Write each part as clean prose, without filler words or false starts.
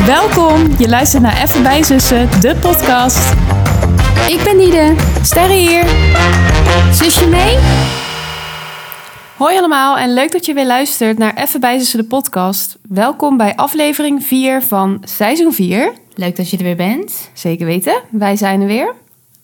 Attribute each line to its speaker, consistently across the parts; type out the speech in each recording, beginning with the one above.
Speaker 1: Welkom, je luistert naar Even bij Zussen, de podcast.
Speaker 2: Ik ben Nide.
Speaker 1: Sterre hier.
Speaker 2: Zusje mee?
Speaker 1: Hoi allemaal en leuk dat je weer luistert naar Even bij Zussen, de podcast. Welkom bij aflevering 4 van seizoen 4.
Speaker 2: Leuk dat je er weer bent.
Speaker 1: Zeker weten, wij zijn er weer.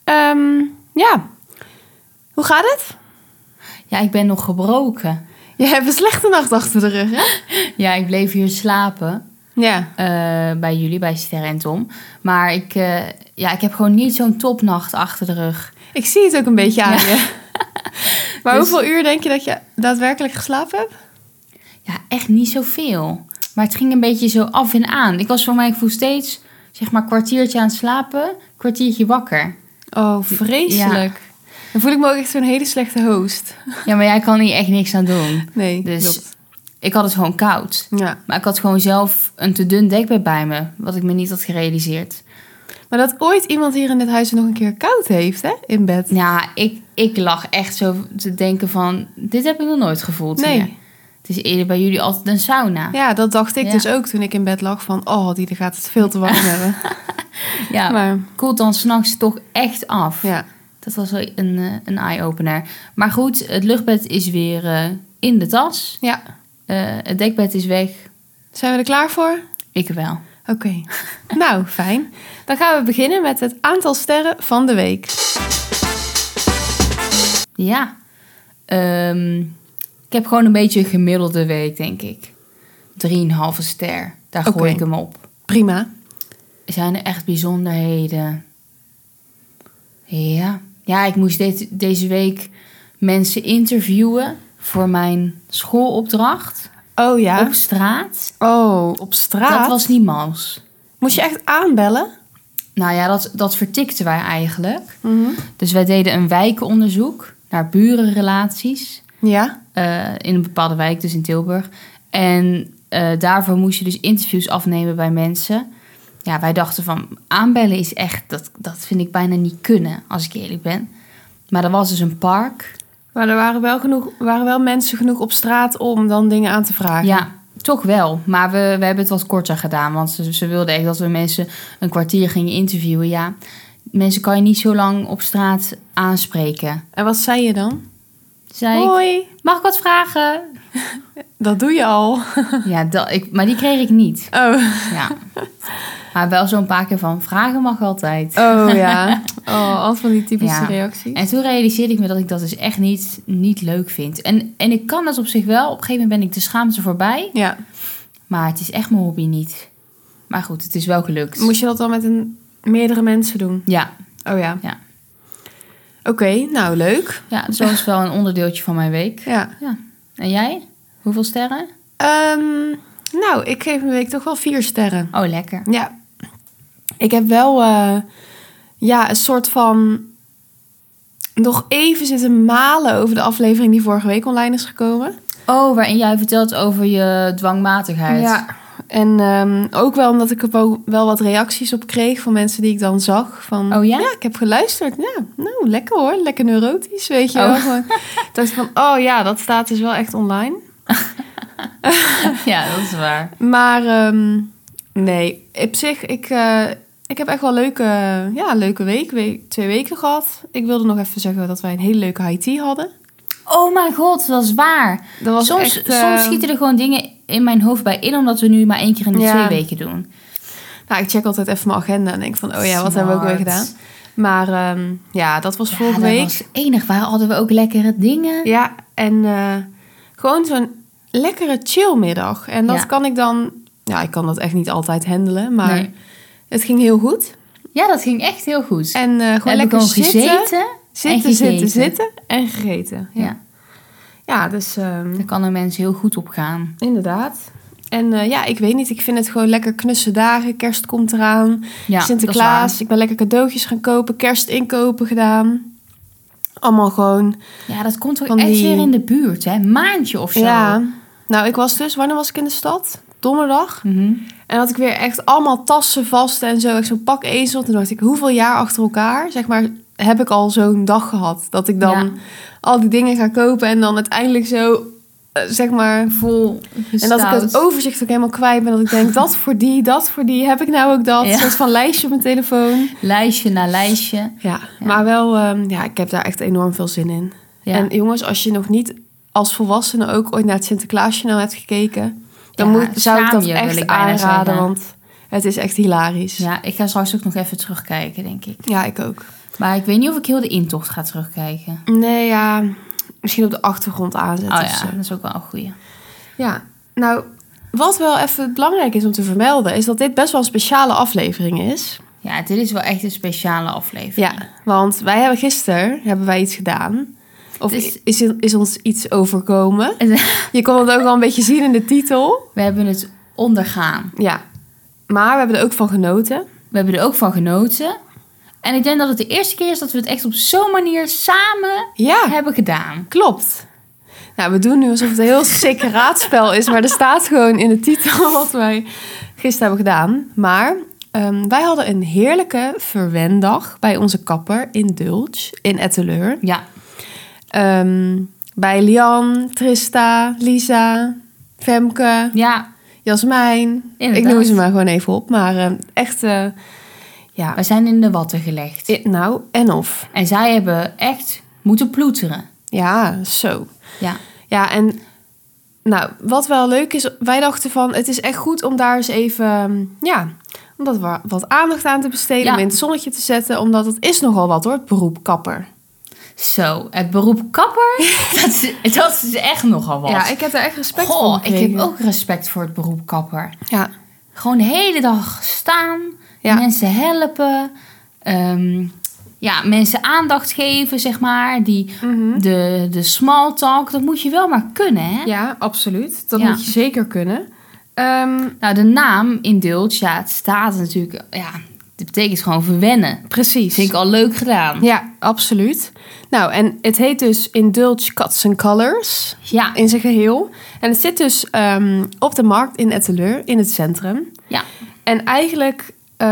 Speaker 1: Hoe gaat het?
Speaker 2: Ja, ik ben nog gebroken.
Speaker 1: Je hebt een slechte nacht achter de rug, hè?
Speaker 2: Ja, ik bleef hier slapen.
Speaker 1: Ja.
Speaker 2: Bij jullie, bij Sterre en Tom. Maar ik heb gewoon niet zo'n topnacht achter de rug.
Speaker 1: Ik zie het ook een beetje aan je. Maar
Speaker 2: Dus-
Speaker 1: hoeveel uur denk je dat je daadwerkelijk geslapen hebt?
Speaker 2: Ja, echt niet zoveel. Maar het ging een beetje zo af en aan. Ik was voor mijn gevoel steeds, zeg maar, kwartiertje aan het slapen, kwartiertje wakker.
Speaker 1: Oh, vreselijk. Dan voel ik me ook echt zo'n hele slechte host.
Speaker 2: Ja, maar jij kan hier echt niks aan doen.
Speaker 1: Nee,
Speaker 2: Dus
Speaker 1: klopt.
Speaker 2: ik had het gewoon koud.
Speaker 1: Ja.
Speaker 2: Maar ik had gewoon zelf een te dun dekbed bij me, wat ik me niet had gerealiseerd.
Speaker 1: Maar dat ooit iemand hier in dit huis nog een keer koud heeft, hè? In bed.
Speaker 2: Ja, ik lag echt zo te denken van, dit heb ik nog nooit gevoeld
Speaker 1: Nee.
Speaker 2: hier. Het is eerder bij jullie altijd een sauna.
Speaker 1: Ja, dat dacht ik
Speaker 2: Ja.
Speaker 1: dus ook toen ik in bed lag van... Oh, die gaat het veel te warm hebben.
Speaker 2: Ja,
Speaker 1: Maar
Speaker 2: koelt dan 's nachts toch echt af.
Speaker 1: ja,
Speaker 2: Dat was wel een eye-opener. Maar goed, het luchtbed is weer in de tas.
Speaker 1: ja.
Speaker 2: Het dekbed is weg.
Speaker 1: Zijn we er klaar voor?
Speaker 2: Ik wel.
Speaker 1: Oké. Nou, fijn. Dan gaan we beginnen met het aantal sterren van de week.
Speaker 2: Ja. Ik heb gewoon een beetje een gemiddelde week, denk ik. 3,5 ster. Daar gooi
Speaker 1: Oké.
Speaker 2: ik hem op.
Speaker 1: Prima.
Speaker 2: Zijn er echt bijzonderheden? Ja. Ja, ik moest deze week mensen interviewen voor mijn schoolopdracht
Speaker 1: Oh ja.
Speaker 2: op straat.
Speaker 1: Oh, op straat?
Speaker 2: Dat was niet mals.
Speaker 1: Moest je echt aanbellen?
Speaker 2: Nou ja, dat vertikten wij eigenlijk.
Speaker 1: Mhm.
Speaker 2: Dus wij deden een wijkenonderzoek naar burenrelaties.
Speaker 1: Ja.
Speaker 2: In een bepaalde wijk, dus in Tilburg. En daarvoor moest je dus interviews afnemen bij mensen. Ja, wij dachten van aanbellen is echt, dat vind ik bijna niet kunnen, als ik eerlijk ben. Maar er was dus een park.
Speaker 1: Maar er waren wel mensen genoeg op straat om dan dingen aan te vragen.
Speaker 2: Ja, toch wel. Maar we hebben het wat korter gedaan. Want ze wilden echt dat we mensen een kwartier gingen interviewen. Ja, mensen kan je niet zo lang op straat aanspreken.
Speaker 1: En wat zei je dan?
Speaker 2: Zei ik,
Speaker 1: Hoi.
Speaker 2: mag ik wat vragen?
Speaker 1: Dat doe je al.
Speaker 2: Ja, maar die kreeg ik niet.
Speaker 1: Oh.
Speaker 2: Ja. Maar wel zo'n paar keer van, vragen mag altijd.
Speaker 1: Oh ja. Oh, altijd van die typische
Speaker 2: Ja.
Speaker 1: reacties.
Speaker 2: En toen realiseerde ik me dat ik dat dus echt niet leuk vind. En ik kan dat op zich wel. Op een gegeven moment ben ik de schaamte voorbij.
Speaker 1: Ja.
Speaker 2: Maar het is echt mijn hobby niet. Maar goed, het is wel gelukt.
Speaker 1: Moest je dat dan met meerdere mensen doen?
Speaker 2: Ja,
Speaker 1: Oh ja.
Speaker 2: Ja.
Speaker 1: Oké, nou leuk.
Speaker 2: ja, zo is wel een onderdeeltje van mijn week.
Speaker 1: Ja.
Speaker 2: Ja. En jij? Hoeveel sterren?
Speaker 1: Nou, ik geef mijn week toch wel 4 sterren.
Speaker 2: Oh, lekker.
Speaker 1: Ja. Ik heb wel een soort van nog even zitten malen over de aflevering die vorige week online is gekomen.
Speaker 2: Oh, waarin jij vertelt over je dwangmatigheid.
Speaker 1: Ja. En ook wel omdat ik er wel wat reacties op kreeg van mensen die ik dan zag. Van,
Speaker 2: Oh ja?
Speaker 1: Ja, ik heb geluisterd. Ja, nou, lekker hoor. Lekker neurotisch, weet je
Speaker 2: Oh.
Speaker 1: wel. Gewoon, ik dacht van, oh ja, dat staat dus wel echt online.
Speaker 2: Ja, dat is waar.
Speaker 1: Maar nee, op zich, ik heb echt wel leuke week, 2 weken gehad. Ik wilde nog even zeggen dat wij een hele leuke high tea hadden.
Speaker 2: Oh mijn god, dat is waar.
Speaker 1: Dat was
Speaker 2: Soms
Speaker 1: echt,
Speaker 2: schieten er gewoon dingen in mijn hoofd bij in, omdat we nu maar 1 keer in de
Speaker 1: Ja.
Speaker 2: 2 weken doen.
Speaker 1: Nou, ik check altijd even mijn agenda en denk van, oh ja, wat hebben we ook weer gedaan? Maar dat was vorige
Speaker 2: dat
Speaker 1: week.
Speaker 2: was enig. Waar hadden we ook lekkere dingen?
Speaker 1: Ja, en gewoon zo'n lekkere chillmiddag. En dat
Speaker 2: Ja.
Speaker 1: kan ik dan... Ja, ik kan dat echt niet altijd handelen, maar
Speaker 2: Nee.
Speaker 1: het ging heel goed.
Speaker 2: Ja, dat ging echt heel goed.
Speaker 1: En
Speaker 2: we
Speaker 1: gewoon
Speaker 2: hebben
Speaker 1: lekker
Speaker 2: gewoon gezeten.
Speaker 1: zitten en gegeten.
Speaker 2: Ja.
Speaker 1: Ja, dus
Speaker 2: Daar kan een mens heel goed op gaan.
Speaker 1: inderdaad. En ik weet niet, ik vind het gewoon lekker knusse dagen. Kerst komt eraan,
Speaker 2: Ja,
Speaker 1: Sinterklaas. Ik ben lekker cadeautjes gaan kopen, kerstinkopen gedaan. Allemaal gewoon,
Speaker 2: Ja, dat komt ook
Speaker 1: Van
Speaker 2: echt
Speaker 1: die-
Speaker 2: weer in de buurt, hè? Een maandje of zo.
Speaker 1: ja. Nou, ik was dus, wanneer was ik in de stad? Donderdag.
Speaker 2: Mhm.
Speaker 1: En had ik weer echt allemaal tassen vast en zo. Echt zo'n pak ezel. Toen dacht ik, hoeveel jaar achter elkaar, zeg maar, heb ik al zo'n dag gehad. Dat ik dan
Speaker 2: Ja.
Speaker 1: al die dingen ga kopen en dan uiteindelijk zo zeg maar...
Speaker 2: Vol
Speaker 1: En dat ik het overzicht ook helemaal kwijt ben. Dat ik denk, dat voor die. Heb ik nou ook dat?
Speaker 2: Ja.
Speaker 1: Een soort van lijstje op mijn telefoon.
Speaker 2: Lijstje na lijstje.
Speaker 1: Ja, maar wel... ik heb daar echt enorm veel zin in.
Speaker 2: Ja.
Speaker 1: En jongens, als je nog niet als volwassene ook ooit naar het Sinterklaasjournaal hebt gekeken... dan
Speaker 2: Ja,
Speaker 1: zou ik
Speaker 2: schaam
Speaker 1: dat
Speaker 2: je, wil
Speaker 1: echt
Speaker 2: ik bijna
Speaker 1: aanraden.
Speaker 2: zeggen.
Speaker 1: Want het is echt hilarisch.
Speaker 2: Ja, ik ga straks ook nog even terugkijken, denk ik.
Speaker 1: Ja, ik ook.
Speaker 2: Maar ik weet niet of ik heel de intocht ga terugkijken.
Speaker 1: Nee, ja... Misschien op de achtergrond aanzetten.
Speaker 2: Oh
Speaker 1: of zo.
Speaker 2: ja, dat is ook wel een goeie.
Speaker 1: Ja, nou, wat wel even belangrijk is om te vermelden... is dat dit best wel een speciale aflevering is.
Speaker 2: Ja, dit is wel echt een speciale aflevering.
Speaker 1: Ja, want wij hebben gisteren iets gedaan. Of
Speaker 2: Dus-
Speaker 1: is ons iets overkomen. Je kon het ook wel een beetje zien in de titel.
Speaker 2: We hebben het ondergaan.
Speaker 1: Ja, maar we hebben er ook van genoten.
Speaker 2: We hebben er ook van genoten. En ik denk dat het de eerste keer is dat we het echt op zo'n manier samen
Speaker 1: Ja,
Speaker 2: hebben gedaan.
Speaker 1: klopt. Nou, we doen nu alsof het een heel sick raadspel is... maar er staat gewoon in de titel wat wij gisteren hebben gedaan. Maar wij hadden een heerlijke verwendag bij onze kapper in Dultsch, in Etteleur.
Speaker 2: Ja,
Speaker 1: Bij Lian, Trista, Lisa, Femke,
Speaker 2: ja.
Speaker 1: Jasmijn.
Speaker 2: Inderdaad.
Speaker 1: Ik noem ze maar gewoon even op. Maar echt, ja.
Speaker 2: We zijn in de watten gelegd.
Speaker 1: Nou, en of.
Speaker 2: En zij hebben echt moeten ploeteren.
Speaker 1: Ja, zo.
Speaker 2: Ja,
Speaker 1: Ja, en nou, wat wel leuk is, wij dachten van... het is echt goed om daar eens even, om dat wat aandacht aan te besteden...
Speaker 2: Ja.
Speaker 1: om in het zonnetje te zetten, omdat het is nogal wat hoor, het beroep kapper.
Speaker 2: zo. Het beroep kapper, dat is echt nogal wat.
Speaker 1: Ja, ik heb daar echt respect voor
Speaker 2: Goh, ik
Speaker 1: gekregen.
Speaker 2: heb ook respect voor het beroep kapper.
Speaker 1: Ja,
Speaker 2: Gewoon de hele dag staan,
Speaker 1: Ja.
Speaker 2: mensen helpen, mensen aandacht geven, zeg maar. De small talk, dat moet je wel maar kunnen, hè?
Speaker 1: ja, absoluut. Dat
Speaker 2: Ja.
Speaker 1: moet je zeker kunnen.
Speaker 2: Nou, de naam in Dultsch, ja, het staat natuurlijk, ja, het betekent gewoon verwennen.
Speaker 1: Precies.
Speaker 2: Vind ik al leuk gedaan.
Speaker 1: Ja, absoluut. Nou, en het heet dus in Dultsch Cuts and Colors
Speaker 2: Ja,
Speaker 1: in zijn geheel. En het zit dus op de markt in Etteleur, in het centrum.
Speaker 2: ja.
Speaker 1: En eigenlijk,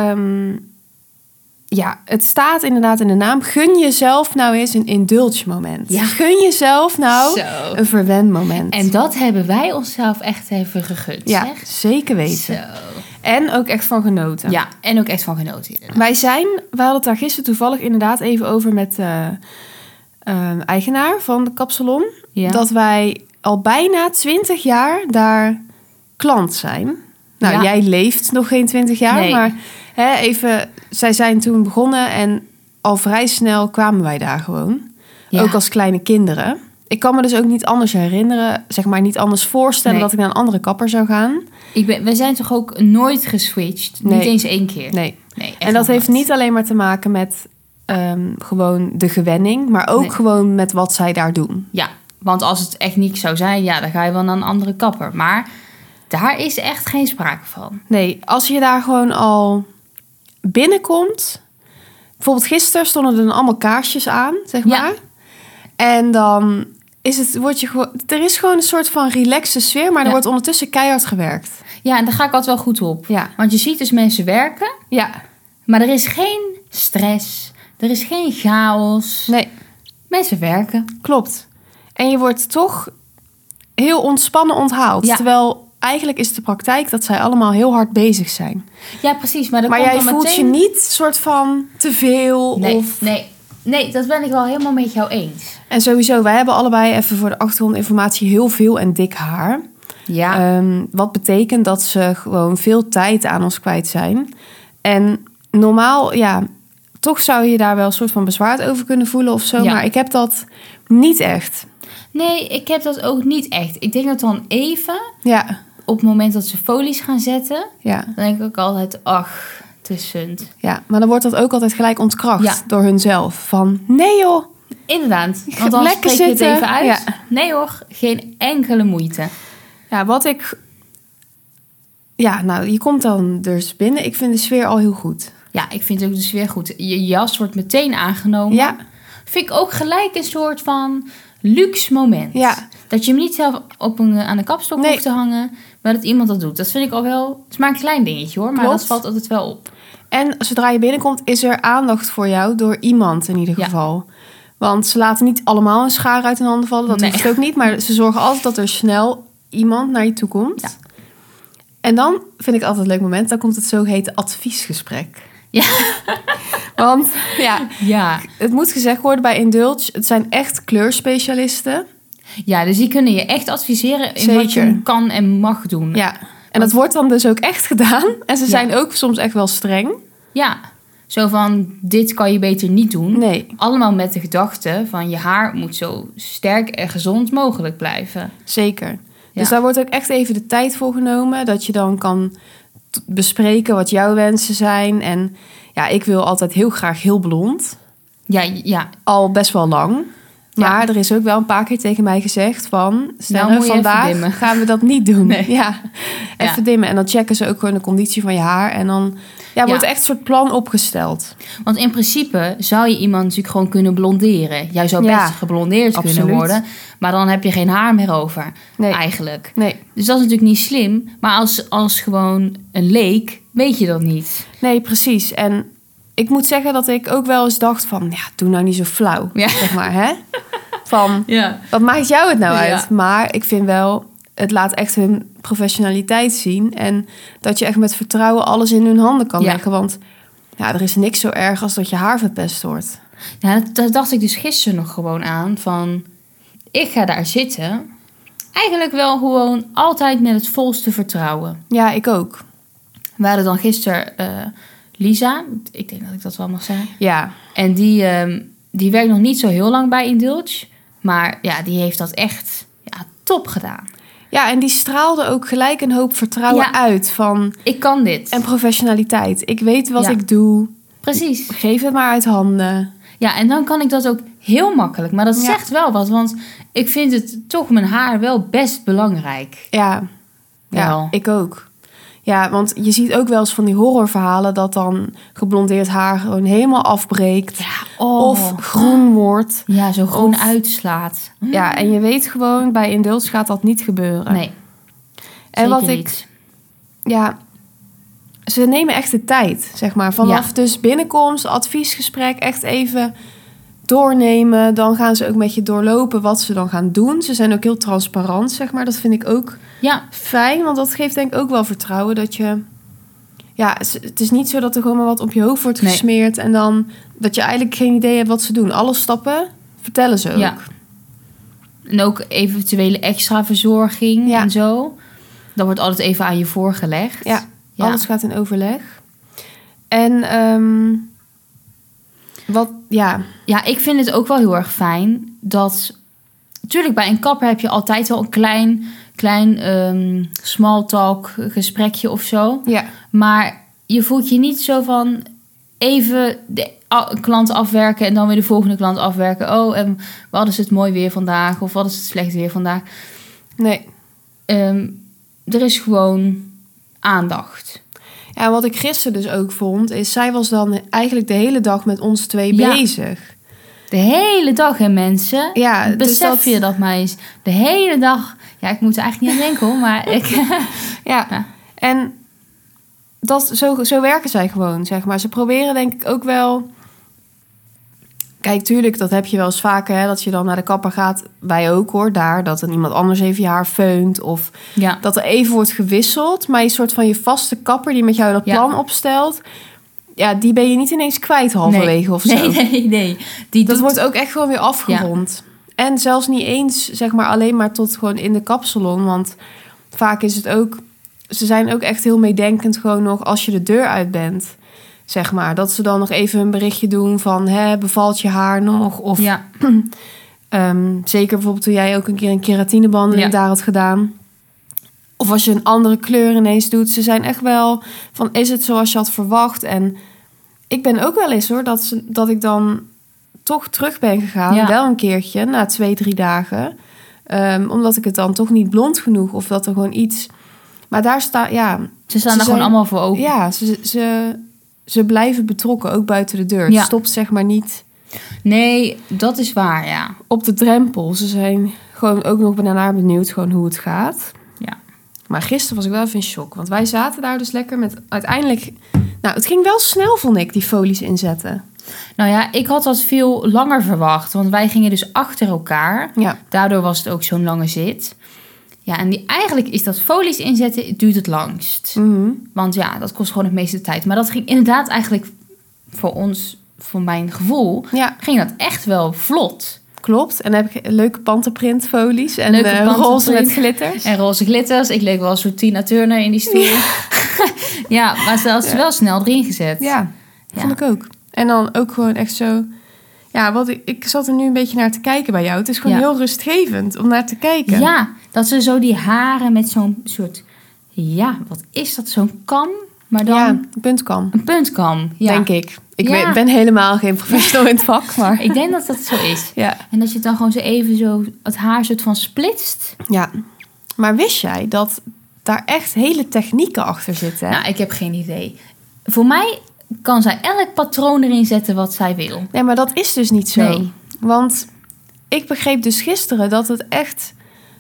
Speaker 1: het staat inderdaad in de naam... gun jezelf nou eens een indulge moment.
Speaker 2: Ja.
Speaker 1: Gun jezelf nou
Speaker 2: Zo.
Speaker 1: een verwen moment.
Speaker 2: En dat hebben wij onszelf echt even gegund,
Speaker 1: ja,
Speaker 2: zeg.
Speaker 1: zeker weten.
Speaker 2: Zo.
Speaker 1: En ook echt van genoten.
Speaker 2: Ja, en ook echt van genoten. inderdaad.
Speaker 1: Wij hadden het daar gisteren toevallig inderdaad even over... met de eigenaar van de kapsalon.
Speaker 2: Ja.
Speaker 1: Dat wij al bijna 20 jaar daar klant zijn. Nou,
Speaker 2: Ja.
Speaker 1: jij leeft nog geen 20 jaar,
Speaker 2: Nee.
Speaker 1: maar zij zijn toen begonnen en al vrij snel kwamen wij daar gewoon.
Speaker 2: Ja.
Speaker 1: Ook als kleine kinderen. Ik kan me dus ook niet anders herinneren, zeg maar niet anders voorstellen
Speaker 2: Nee.
Speaker 1: dat ik naar een andere kapper zou gaan.
Speaker 2: We zijn toch ook nooit geswitcht?
Speaker 1: Nee.
Speaker 2: Niet eens 1 keer?
Speaker 1: Nee.
Speaker 2: Nee, echt
Speaker 1: En dat
Speaker 2: nog
Speaker 1: heeft
Speaker 2: nooit.
Speaker 1: niet alleen maar te maken met gewoon de gewenning, maar ook
Speaker 2: Nee.
Speaker 1: gewoon met wat zij daar doen.
Speaker 2: Ja, want als het echt niet zou zijn, ja, dan ga je wel naar een andere kapper. Maar daar is echt geen sprake van.
Speaker 1: Nee, als je daar gewoon al binnenkomt. Bijvoorbeeld gisteren stonden er dan allemaal kaarsjes aan, zeg
Speaker 2: Ja.
Speaker 1: maar. En dan er is gewoon een soort van relaxe sfeer, maar er
Speaker 2: Ja.
Speaker 1: wordt ondertussen keihard gewerkt.
Speaker 2: Ja, en daar ga ik altijd wel goed op.
Speaker 1: Ja.
Speaker 2: Want je ziet dus mensen werken,
Speaker 1: Ja,
Speaker 2: maar er is geen stress. Er is geen chaos.
Speaker 1: nee,
Speaker 2: Mensen werken.
Speaker 1: klopt. En je wordt toch heel ontspannen onthaald.
Speaker 2: Ja.
Speaker 1: Terwijl eigenlijk is de praktijk dat zij allemaal heel hard bezig zijn.
Speaker 2: Ja, precies. Maar,
Speaker 1: Maar
Speaker 2: komt
Speaker 1: jij
Speaker 2: dan
Speaker 1: voelt
Speaker 2: meteen...
Speaker 1: je niet soort van te veel
Speaker 2: Nee,
Speaker 1: of...
Speaker 2: nee, dat ben ik wel helemaal met jou eens.
Speaker 1: En sowieso, wij hebben allebei even voor de achtergrondinformatie heel veel en dik haar.
Speaker 2: Ja,
Speaker 1: Wat betekent dat ze gewoon veel tijd aan ons kwijt zijn. En normaal, toch zou je daar wel een soort van bezwaard over kunnen voelen of zo.
Speaker 2: Ja.
Speaker 1: Maar ik heb dat niet echt.
Speaker 2: nee, ik heb dat ook niet echt. Ik denk dat dan even,
Speaker 1: Ja,
Speaker 2: op het moment dat ze folies gaan zetten,
Speaker 1: ja,
Speaker 2: dan denk ik ook altijd, ach, het is zund.
Speaker 1: ja. Maar dan wordt dat ook altijd gelijk ontkracht
Speaker 2: Ja.
Speaker 1: door hunzelf. Van, nee joh,
Speaker 2: Inderdaad, want dan
Speaker 1: Lekker
Speaker 2: spreek je het
Speaker 1: zitten.
Speaker 2: even uit.
Speaker 1: Ja.
Speaker 2: Nee hoor, geen enkele moeite.
Speaker 1: ja, wat ik... Ja, nou, je komt dan dus binnen. Ik vind de sfeer al heel goed.
Speaker 2: Ja, ik vind ook de sfeer goed. Je jas wordt meteen aangenomen.
Speaker 1: Ja,
Speaker 2: Vind ik ook gelijk een soort van luxe moment.
Speaker 1: Ja.
Speaker 2: Dat je hem niet zelf aan de kapstok
Speaker 1: Nee.
Speaker 2: hoeft te hangen, maar dat iemand dat doet. Dat vind ik al wel... Het is maar een klein dingetje hoor, maar
Speaker 1: Klopt.
Speaker 2: dat valt altijd wel op.
Speaker 1: en zodra je binnenkomt is er aandacht voor jou door iemand in ieder
Speaker 2: Ja.
Speaker 1: geval. Want ze laten niet allemaal een schaar uit hun handen vallen. Dat hoeft ook niet. Maar ze zorgen altijd dat er snel iemand naar je toe komt.
Speaker 2: Ja.
Speaker 1: En dan vind ik altijd een leuk moment. Dan komt het zogeheten adviesgesprek.
Speaker 2: Ja.
Speaker 1: Want
Speaker 2: Ja.
Speaker 1: het moet gezegd worden bij Indulge. Het zijn echt kleurspecialisten.
Speaker 2: Ja, dus die kunnen je echt adviseren in wat
Speaker 1: Zeker.
Speaker 2: je kan en mag doen.
Speaker 1: Ja. En dat wordt dan dus ook echt gedaan. En ze zijn ook soms echt wel streng.
Speaker 2: Ja. Zo van, dit kan je beter niet doen.
Speaker 1: Nee.
Speaker 2: Allemaal met de gedachte van je haar moet zo sterk en gezond mogelijk blijven.
Speaker 1: Zeker.
Speaker 2: Ja.
Speaker 1: Dus daar wordt ook echt even de tijd voor genomen. Dat je dan kan bespreken wat jouw wensen zijn. En ja, ik wil altijd heel graag heel blond.
Speaker 2: Ja.
Speaker 1: Al best wel lang.
Speaker 2: Ja.
Speaker 1: Maar er is ook wel een paar keer tegen mij gezegd van... Sterre,
Speaker 2: Nou moet je even
Speaker 1: vandaag
Speaker 2: dimmen.
Speaker 1: gaan we dat niet doen.
Speaker 2: Nee.
Speaker 1: Ja, even dimmen. En dan checken ze ook gewoon de conditie van je haar. En dan wordt echt een soort plan opgesteld.
Speaker 2: Want in principe zou je iemand natuurlijk gewoon kunnen blonderen. Jij zou best geblondeerd kunnen
Speaker 1: absoluut.
Speaker 2: worden. Maar dan heb je geen haar meer over.
Speaker 1: Nee.
Speaker 2: Eigenlijk.
Speaker 1: Nee.
Speaker 2: Dus dat is natuurlijk niet slim. Maar als gewoon een leek, weet je dat niet.
Speaker 1: Nee, precies. En ik moet zeggen dat ik ook wel eens dacht van... Ja, doe nou niet zo flauw, zeg maar, hè? Van, wat maakt jou het nou uit? Maar ik vind wel, het laat echt hun professionaliteit zien. En dat je echt met vertrouwen alles in hun handen kan leggen. Want ja, er is niks zo erg als dat je haar verpest wordt.
Speaker 2: Ja, dat dacht ik dus gisteren nog gewoon aan. Van, ik ga daar zitten. Eigenlijk wel gewoon altijd met het volste vertrouwen.
Speaker 1: Ja, ik ook.
Speaker 2: We hadden dan gisteren Lisa. Ik denk dat ik dat wel mag zeggen.
Speaker 1: Ja.
Speaker 2: En die werkt nog niet zo heel lang bij Indulge. Maar ja, die heeft dat echt top gedaan.
Speaker 1: Ja, en die straalde ook gelijk een hoop vertrouwen uit. Van,
Speaker 2: ik kan dit.
Speaker 1: En professionaliteit. Ik weet wat ik doe.
Speaker 2: Precies.
Speaker 1: Geef het maar uit handen.
Speaker 2: Ja, en dan kan ik dat ook heel makkelijk. Maar dat zegt wel wat. Want ik vind het toch mijn haar wel best belangrijk.
Speaker 1: Ja, ik ook. Ja, want je ziet ook wel eens van die horrorverhalen... dat dan geblondeerd haar gewoon helemaal afbreekt.
Speaker 2: Ja,
Speaker 1: of groen wordt.
Speaker 2: Ja, zo groen uitslaat.
Speaker 1: Ja, en je weet gewoon, bij Indulge gaat dat niet gebeuren.
Speaker 2: Nee,
Speaker 1: en wat
Speaker 2: niet.
Speaker 1: Ja, ze nemen echt de tijd, zeg maar. Vanaf dus binnenkomst, adviesgesprek, echt even doornemen. Dan gaan ze ook met je doorlopen wat ze dan gaan doen. Ze zijn ook heel transparant, zeg maar. Dat vind ik ook fijn, want dat geeft denk ik ook wel vertrouwen dat je... Ja, het is niet zo dat er gewoon maar wat op je hoofd wordt gesmeerd... en dan dat je eigenlijk geen idee hebt wat ze doen. Alle stappen vertellen ze ook.
Speaker 2: Ja. En ook eventuele extra verzorging en zo. Dat wordt altijd even aan je voorgelegd.
Speaker 1: Ja, alles gaat in overleg. En Ja,
Speaker 2: ik vind het ook wel heel erg fijn dat... Natuurlijk, bij een kapper heb je altijd wel een klein small talk gesprekje of zo.
Speaker 1: Ja.
Speaker 2: Maar je voelt je niet zo van even de klant afwerken en dan weer de volgende klant afwerken. Oh, en wat is het mooi weer vandaag? Of wat is het slecht weer vandaag?
Speaker 1: Nee.
Speaker 2: Er is gewoon aandacht.
Speaker 1: Ja, wat ik gisteren dus ook vond, is zij was dan eigenlijk de hele dag met ons twee bezig.
Speaker 2: De hele dag, hè, mensen?
Speaker 1: Ja,
Speaker 2: besef je dat, meis? De hele dag. Ja, ik moet er eigenlijk niet aan denken, hoor, maar ik...
Speaker 1: ja, en zo werken zij gewoon, zeg maar. Ze proberen denk ik ook wel... Kijk, tuurlijk, dat heb je wel eens vaker, hè, dat je dan naar de kapper gaat. Wij ook, hoor, daar. Dat er iemand anders even je haar feunt. Of dat er even wordt gewisseld. Maar een soort van je vaste kapper die met jou dat plan opstelt... Ja, die ben je niet ineens kwijt halverwege of zo.
Speaker 2: Nee.
Speaker 1: Dat wordt ook echt gewoon weer afgerond. Ja. En zelfs niet eens, zeg maar, alleen maar tot gewoon in de kapsalon. Want vaak is het ook... Ze zijn ook echt heel meedenkend gewoon nog als je de deur uit bent. Zeg maar. Dat ze dan nog even een berichtje doen van... bevalt je haar nog? Of zeker bijvoorbeeld toen jij ook een keer een keratinebehandeling daar had gedaan. Of als je een andere kleur ineens doet. Ze zijn echt wel van, is het zoals je had verwacht? En ik ben ook wel eens, hoor, dat ik dan toch terug ben gegaan. Ja. Wel een keertje, na 2-3 dagen. Omdat ik het dan toch niet blond genoeg. Of dat er gewoon iets... Maar daar staat,
Speaker 2: Ze staan er gewoon allemaal voor open.
Speaker 1: Ja, ze blijven betrokken, ook buiten de deur. Het stopt zeg maar niet...
Speaker 2: Nee, dat is waar, ja.
Speaker 1: Op de drempel. Ze zijn gewoon ook nog naar benieuwd gewoon hoe het gaat.
Speaker 2: Ja.
Speaker 1: Maar gisteren was ik wel even in shock. Want wij zaten daar dus lekker met uiteindelijk... Nou, het ging wel snel, vond ik, die folies inzetten.
Speaker 2: Nou ja, ik had dat veel langer verwacht. Want wij gingen dus achter elkaar.
Speaker 1: Ja.
Speaker 2: Daardoor was het ook zo'n lange zit. Ja, en eigenlijk is dat folies inzetten, duurt het langst.
Speaker 1: Mhm.
Speaker 2: Want ja, dat kost gewoon het meeste tijd. Maar dat ging inderdaad eigenlijk voor ons, voor mijn gevoel,
Speaker 1: Ja,
Speaker 2: ging dat echt wel vlot.
Speaker 1: klopt. En dan heb ik leuke panterprintfolies en
Speaker 2: Leuke
Speaker 1: roze
Speaker 2: panterprint.
Speaker 1: met glitters.
Speaker 2: En roze glitters. Ik leek wel een soort Tina Turner in die stoel. Ja, maar ze had ze wel snel erin gezet.
Speaker 1: Ja,
Speaker 2: Ja.
Speaker 1: vond ik ook. En dan ook gewoon echt zo... Ja, wat ik zat er nu een beetje naar te kijken bij jou. Het is gewoon
Speaker 2: Ja.
Speaker 1: heel rustgevend om naar te kijken.
Speaker 2: Ja, dat ze zo die haren met zo'n soort... Ja, wat is dat? Zo'n kam? Maar dan
Speaker 1: Ja, puntkam,
Speaker 2: een puntkam. Ja.
Speaker 1: denk ik. Ik
Speaker 2: Ja.
Speaker 1: ben helemaal geen professional in het vak, maar...
Speaker 2: Ik denk dat dat zo is.
Speaker 1: Ja.
Speaker 2: En dat je het dan gewoon zo even zo... Het haar soort van splitst.
Speaker 1: Ja. Maar wist jij dat daar echt hele technieken achter zitten? Hè?
Speaker 2: Nou, ik heb geen idee. Voor mij kan zij elk patroon erin zetten wat zij wil.
Speaker 1: Nee, maar dat is dus niet zo.
Speaker 2: Nee.
Speaker 1: Want ik begreep dus gisteren dat het echt...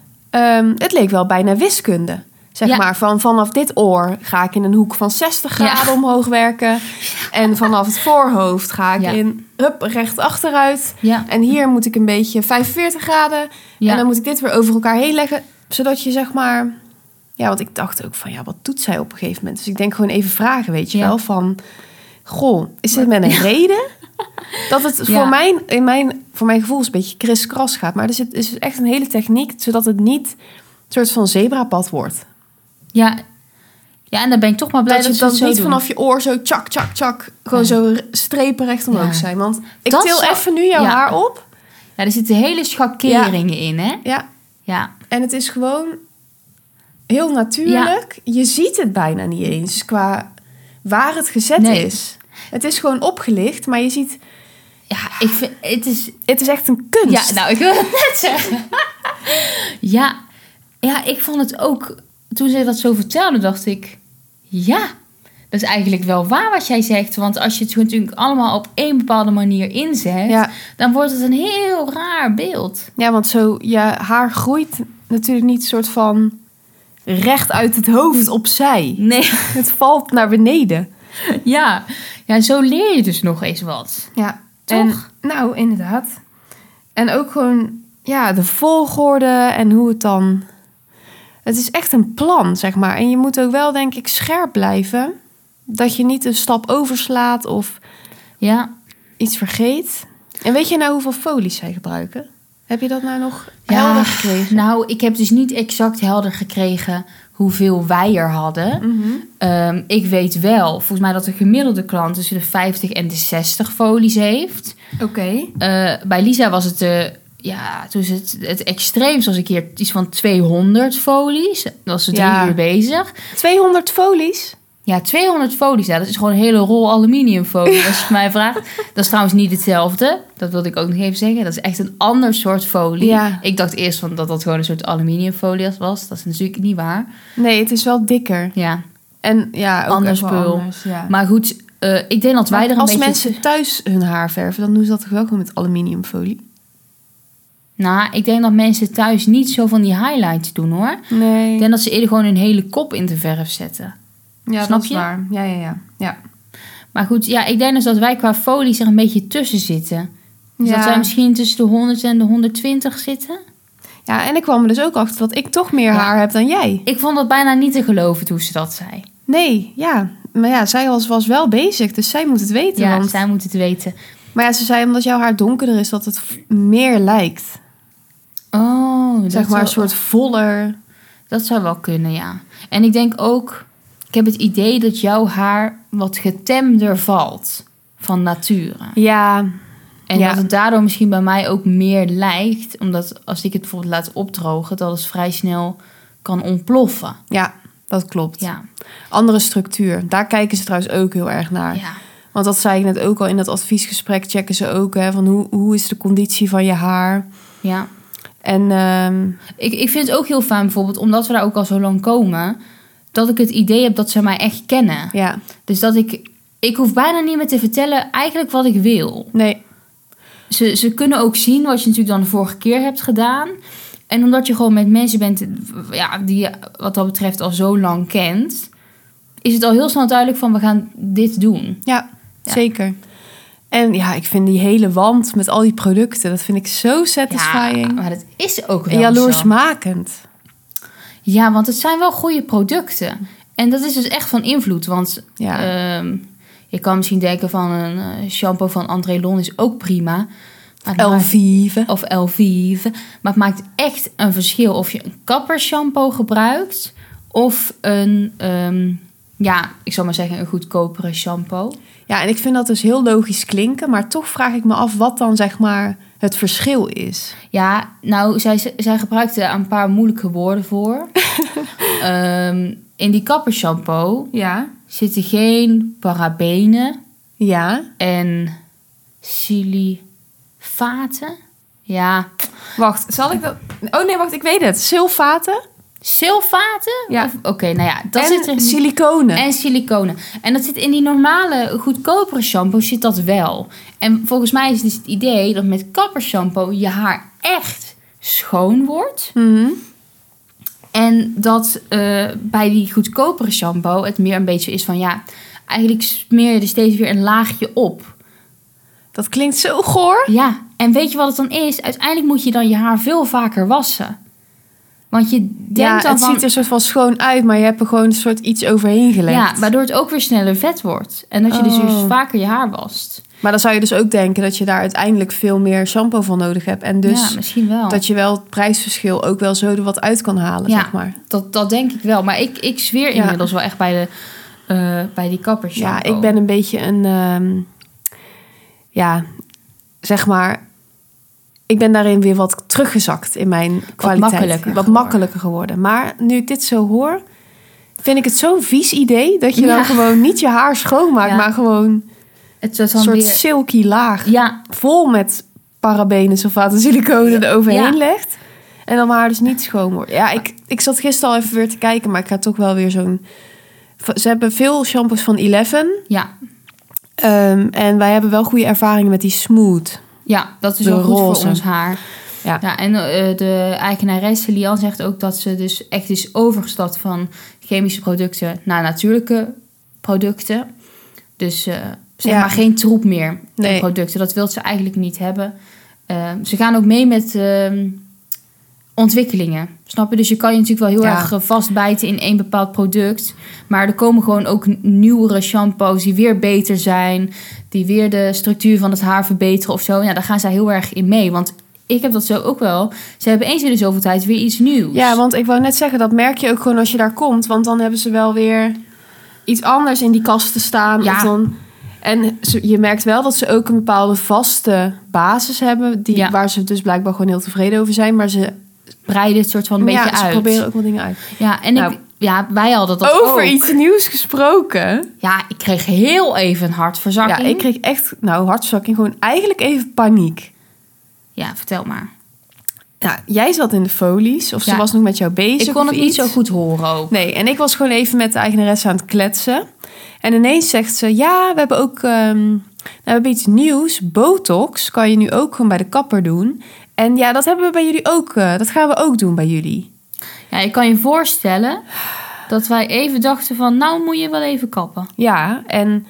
Speaker 1: het leek wel bijna wiskunde. Zeg
Speaker 2: Ja.
Speaker 1: maar, vanaf dit oor ga ik in een hoek van 60 graden
Speaker 2: Ja.
Speaker 1: omhoog werken. En vanaf het voorhoofd ga ik
Speaker 2: Ja.
Speaker 1: recht achteruit.
Speaker 2: Ja,
Speaker 1: En hier moet ik een beetje 45 graden.
Speaker 2: ja.
Speaker 1: En dan moet ik dit weer over elkaar heen leggen. Zodat je zeg maar... Ja, want ik dacht ook van, ja, wat doet zij op een gegeven moment? Dus ik denk gewoon even vragen, weet je
Speaker 2: Ja.
Speaker 1: wel, van... Goh, is dit met een reden? Dat het
Speaker 2: Ja.
Speaker 1: voor mijn gevoel een beetje kriskras gaat. Maar er is echt een hele techniek, zodat het niet een soort van zebrapad wordt.
Speaker 2: Ja. Ja, en dan ben ik toch maar blij
Speaker 1: Dat
Speaker 2: dat,
Speaker 1: je
Speaker 2: ze het
Speaker 1: dan
Speaker 2: zo
Speaker 1: niet
Speaker 2: doen.
Speaker 1: vanaf je oor zo tjak, tjak, tjak... gewoon
Speaker 2: Ja.
Speaker 1: zo strepen recht omhoog
Speaker 2: Ja.
Speaker 1: zijn. Want ik
Speaker 2: Dat
Speaker 1: til
Speaker 2: zou-
Speaker 1: even nu jouw
Speaker 2: Ja.
Speaker 1: haar op.
Speaker 2: Ja, er zitten hele schakeringen in, hè?
Speaker 1: Ja,
Speaker 2: Ja.
Speaker 1: en het is gewoon heel natuurlijk. Je ziet het bijna niet eens qua waar het gezet
Speaker 2: Nee.
Speaker 1: is. Het is gewoon opgelicht, maar je ziet...
Speaker 2: Ja, ik vind...
Speaker 1: Het is echt een kunst.
Speaker 2: Ja, nou, ik wil het net zeggen. Ja. Ja, ik vond het ook... Toen ze dat zo vertelde, dacht ik... Ja, dat is eigenlijk wel waar wat jij zegt. Want als je het natuurlijk allemaal op één bepaalde manier inzet...
Speaker 1: Ja.
Speaker 2: dan wordt het een heel raar beeld.
Speaker 1: Ja, want zo, je haar groeit natuurlijk niet soort van recht uit het hoofd opzij.
Speaker 2: Nee.
Speaker 1: Het valt naar beneden.
Speaker 2: Ja. Ja, zo leer je dus nog eens wat.
Speaker 1: Ja,
Speaker 2: Toch?
Speaker 1: En, nou, inderdaad. En ook gewoon, ja, de volgorde en hoe het dan... Het is echt een plan, zeg maar. En je moet ook wel, denk ik, scherp blijven. Dat je niet een stap overslaat of
Speaker 2: Ja.
Speaker 1: iets vergeet. En weet je nou hoeveel folies zij gebruiken? Heb je dat nou nog
Speaker 2: Ja,
Speaker 1: helder gekregen?
Speaker 2: nou, ik heb dus niet exact helder gekregen hoeveel wij er hadden. Ik weet wel, volgens mij dat de gemiddelde klant tussen de 50 en de 60 folies heeft.
Speaker 1: Oké.
Speaker 2: Bij Lisa was het toen het extreem, zoals een keer iets van 200 folies. Dat was ze 3
Speaker 1: Ja.
Speaker 2: uur bezig.
Speaker 1: 200 folies?
Speaker 2: Ja, 200 folies. Ja, dat is gewoon een hele rol aluminiumfolie, als je het mij vraagt. Dat is trouwens niet hetzelfde. Dat wilde ik ook nog even zeggen. Dat is echt een ander soort folie.
Speaker 1: Ja.
Speaker 2: Ik dacht eerst dat dat gewoon een soort aluminiumfolie was. Dat is natuurlijk niet waar.
Speaker 1: Nee, het is wel dikker.
Speaker 2: Ja,
Speaker 1: En ja, ook
Speaker 2: Ander
Speaker 1: echt wel
Speaker 2: spul.
Speaker 1: anders, ja.
Speaker 2: maar goed, ik denk dat wij er een
Speaker 1: als
Speaker 2: beetje...
Speaker 1: mensen thuis hun haar verven, dan doen ze dat toch wel gewoon met aluminiumfolie?
Speaker 2: Nou, ik denk dat mensen thuis niet zo van die highlights doen, hoor.
Speaker 1: Nee.
Speaker 2: Ik denk dat ze eerder gewoon hun hele kop in de verf zetten.
Speaker 1: Ja,
Speaker 2: Snap
Speaker 1: dat is
Speaker 2: je?
Speaker 1: waar. Ja.
Speaker 2: Maar goed, ja, ik denk dus dat wij qua folies er een beetje tussen zitten. Dus
Speaker 1: Ja.
Speaker 2: dat wij misschien tussen de 100 en de 120 zitten.
Speaker 1: Ja, en ik kwam er dus ook achter dat ik toch meer
Speaker 2: Ja.
Speaker 1: haar heb dan jij.
Speaker 2: Ik vond dat bijna niet te geloven toen ze dat zei.
Speaker 1: Nee, ja. Maar ja, zij was wel bezig, dus zij moet het weten.
Speaker 2: Ja,
Speaker 1: want...
Speaker 2: zij moet het weten.
Speaker 1: Maar ja, ze zei omdat jouw haar donkerder is, dat het meer lijkt.
Speaker 2: Oh,
Speaker 1: Zeg maar een soort voller.
Speaker 2: Dat zou wel kunnen, ja. En ik denk ook... Ik heb het idee dat jouw haar wat getemder valt. Van nature.
Speaker 1: Ja,
Speaker 2: En
Speaker 1: Ja.
Speaker 2: dat het daardoor misschien bij mij ook meer lijkt. Omdat als ik het bijvoorbeeld laat opdrogen... dat het vrij snel kan ontploffen.
Speaker 1: ja, dat klopt.
Speaker 2: Ja,
Speaker 1: Andere structuur. Daar kijken ze trouwens ook heel erg naar.
Speaker 2: ja.
Speaker 1: Want dat zei ik net ook al in dat adviesgesprek. Checken ze ook hè, van hoe is de conditie van je haar.
Speaker 2: ja.
Speaker 1: En
Speaker 2: Ik vind het ook heel fijn bijvoorbeeld... omdat we daar ook al zo lang komen... dat ik het idee heb dat ze mij echt kennen.
Speaker 1: ja,
Speaker 2: Dus dat ik hoef bijna niet meer te vertellen eigenlijk wat ik wil.
Speaker 1: nee.
Speaker 2: Ze kunnen ook zien wat je natuurlijk dan de vorige keer hebt gedaan. En omdat je gewoon met mensen bent ja, die je wat dat betreft al zo lang kent... is het al heel snel duidelijk van we gaan dit doen.
Speaker 1: Ja,
Speaker 2: Ja.
Speaker 1: zeker. En ja, ik vind die hele wand met al die producten, dat vind ik zo satisfying.
Speaker 2: Ja, maar dat is ook wel
Speaker 1: en jaloersmakend.
Speaker 2: Ja, want het zijn wel goede producten. En dat is dus echt van invloed. Want je kan misschien denken van een shampoo van André Lon is ook prima.
Speaker 1: Elvive.
Speaker 2: Of Elvive. Maar het maakt echt een verschil of je een kappershampoo gebruikt of een, ik zal maar zeggen, een goedkopere shampoo.
Speaker 1: Ja, en ik vind dat dus heel logisch klinken, maar toch vraag ik me af wat dan zeg maar het verschil is.
Speaker 2: Ja, nou, zij gebruikte een paar moeilijke woorden voor. In die kappershampoo zitten geen parabenen en silifaten. Ja.
Speaker 1: Wacht, zal ik dat... Oh nee, wacht, ik weet het. Sulfaten?
Speaker 2: Sulfaten?
Speaker 1: Ja.
Speaker 2: Oké, nou ja. Dat
Speaker 1: en
Speaker 2: zit er
Speaker 1: siliconen.
Speaker 2: En siliconen. En dat zit in die normale, goedkopere shampoo zit dat wel. En volgens mij is dus het idee dat met kappershampoo je haar echt schoon wordt.
Speaker 1: Mm-hmm.
Speaker 2: En dat bij die goedkopere shampoo het meer een beetje is van eigenlijk smeer je er steeds weer een laagje op.
Speaker 1: Dat klinkt zo goor.
Speaker 2: Ja, en weet je wat het dan is? Uiteindelijk moet je dan je haar veel vaker wassen. Want je denkt dan
Speaker 1: het ziet er soort van schoon uit, maar je hebt er gewoon een soort iets overheen gelegd.
Speaker 2: Ja, waardoor het ook weer sneller vet wordt. En dat je dus vaker je haar wast.
Speaker 1: Maar dan zou je dus ook denken dat je daar uiteindelijk veel meer shampoo van nodig hebt. En dus
Speaker 2: misschien wel.
Speaker 1: Dat je wel het prijsverschil ook wel zo er wat uit kan halen, zeg maar.
Speaker 2: Dat denk ik wel. Maar ik zweer inmiddels wel echt bij die kappershampoo.
Speaker 1: Ja, ik ben een beetje een... zeg maar... Ik ben daarin weer wat teruggezakt in mijn kwaliteit. Wat makkelijker geworden. Maar nu ik dit zo hoor, vind ik het zo'n vies idee dat je dan gewoon niet je haar schoonmaakt, maar gewoon
Speaker 2: een
Speaker 1: soort silky laag vol met parabenen, sulfaten, siliconen eroverheen legt. En dan mijn haar dus niet schoon wordt. Ja, ik zat gisteren al even weer te kijken, maar ik ga toch wel weer zo'n... Ze hebben veel shampoos van Eleven.
Speaker 2: Ja.
Speaker 1: En wij hebben wel goede ervaringen met die Smooth.
Speaker 2: Ja, dat is wel goed voor ons haar. Ja, en de eigenaresse Lian zegt ook dat ze dus echt is overgestapt van chemische producten naar natuurlijke producten. Dus zeg maar geen troep meer in producten. Dat wil ze eigenlijk niet hebben. Ze gaan ook mee met ontwikkelingen. Snap je? Dus je kan je natuurlijk wel heel erg vastbijten in één bepaald product. Maar er komen gewoon ook nieuwere shampoos die weer beter zijn. Die weer de structuur van het haar verbeteren of zo. Ja, daar gaan zij heel erg in mee. Want ik heb dat zo ook wel. Ze hebben eens in de zoveel tijd weer iets nieuws.
Speaker 1: Ja, want ik wou net zeggen, dat merk je ook gewoon als je daar komt. Want dan hebben ze wel weer iets anders in die kasten staan.
Speaker 2: Ja.
Speaker 1: Of dan... En je merkt wel dat ze ook een bepaalde vaste basis hebben. Waar ze dus blijkbaar gewoon heel tevreden over zijn. Maar ze
Speaker 2: breiden het soort van een beetje uit.
Speaker 1: Ja, ze proberen ook wel dingen uit.
Speaker 2: Ja, en wij hadden dat ook.
Speaker 1: Over iets nieuws gesproken.
Speaker 2: Ja, ik kreeg heel even een hartverzakking.
Speaker 1: Ja, ik kreeg echt, hartverzakking. Gewoon eigenlijk even paniek.
Speaker 2: Ja, vertel maar.
Speaker 1: Ja, jij zat in de folies. Of ze was nog met jou bezig.
Speaker 2: Ik kon het niet zo goed horen ook.
Speaker 1: Nee, en ik was gewoon even met de eigenaresse aan het kletsen. En ineens zegt ze, we hebben ook we hebben iets nieuws. Botox kan je nu ook gewoon bij de kapper doen. En ja, dat hebben we bij jullie ook. Dat gaan we ook doen bij jullie.
Speaker 2: Ja, je kan je voorstellen dat wij even dachten van... nou moet je wel even kappen.
Speaker 1: Ja, en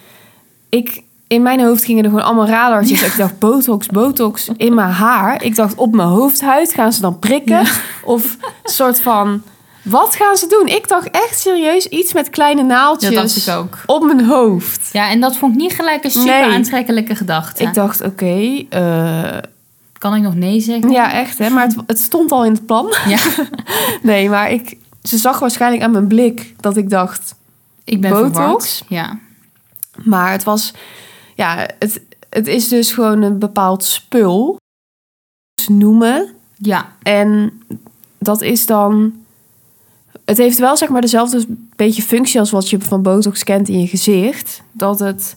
Speaker 1: in mijn hoofd gingen er gewoon allemaal radartjes. Ja. Ik dacht, botox in mijn haar. Ik dacht, op mijn hoofdhuid gaan ze dan prikken. Ja. Of soort van... Wat gaan ze doen? Ik dacht echt serieus iets met kleine naaldjes.
Speaker 2: Dat dacht ik ook.
Speaker 1: Op mijn hoofd.
Speaker 2: Ja, en dat vond ik niet gelijk een super aantrekkelijke gedachte.
Speaker 1: Ik dacht, oké...
Speaker 2: Kan ik nog nee zeggen?
Speaker 1: Ja, echt hè. Maar het stond al in het plan. Ja. Nee, maar ze zag waarschijnlijk aan mijn blik dat ik dacht...
Speaker 2: Ik ben
Speaker 1: botox.
Speaker 2: Verward. Ja.
Speaker 1: Maar het was... Ja, het is dus gewoon een bepaald spul. Noemen.
Speaker 2: Ja.
Speaker 1: En dat is dan... Het heeft wel zeg maar dezelfde beetje functie als wat je van botox kent in je gezicht. Dat het...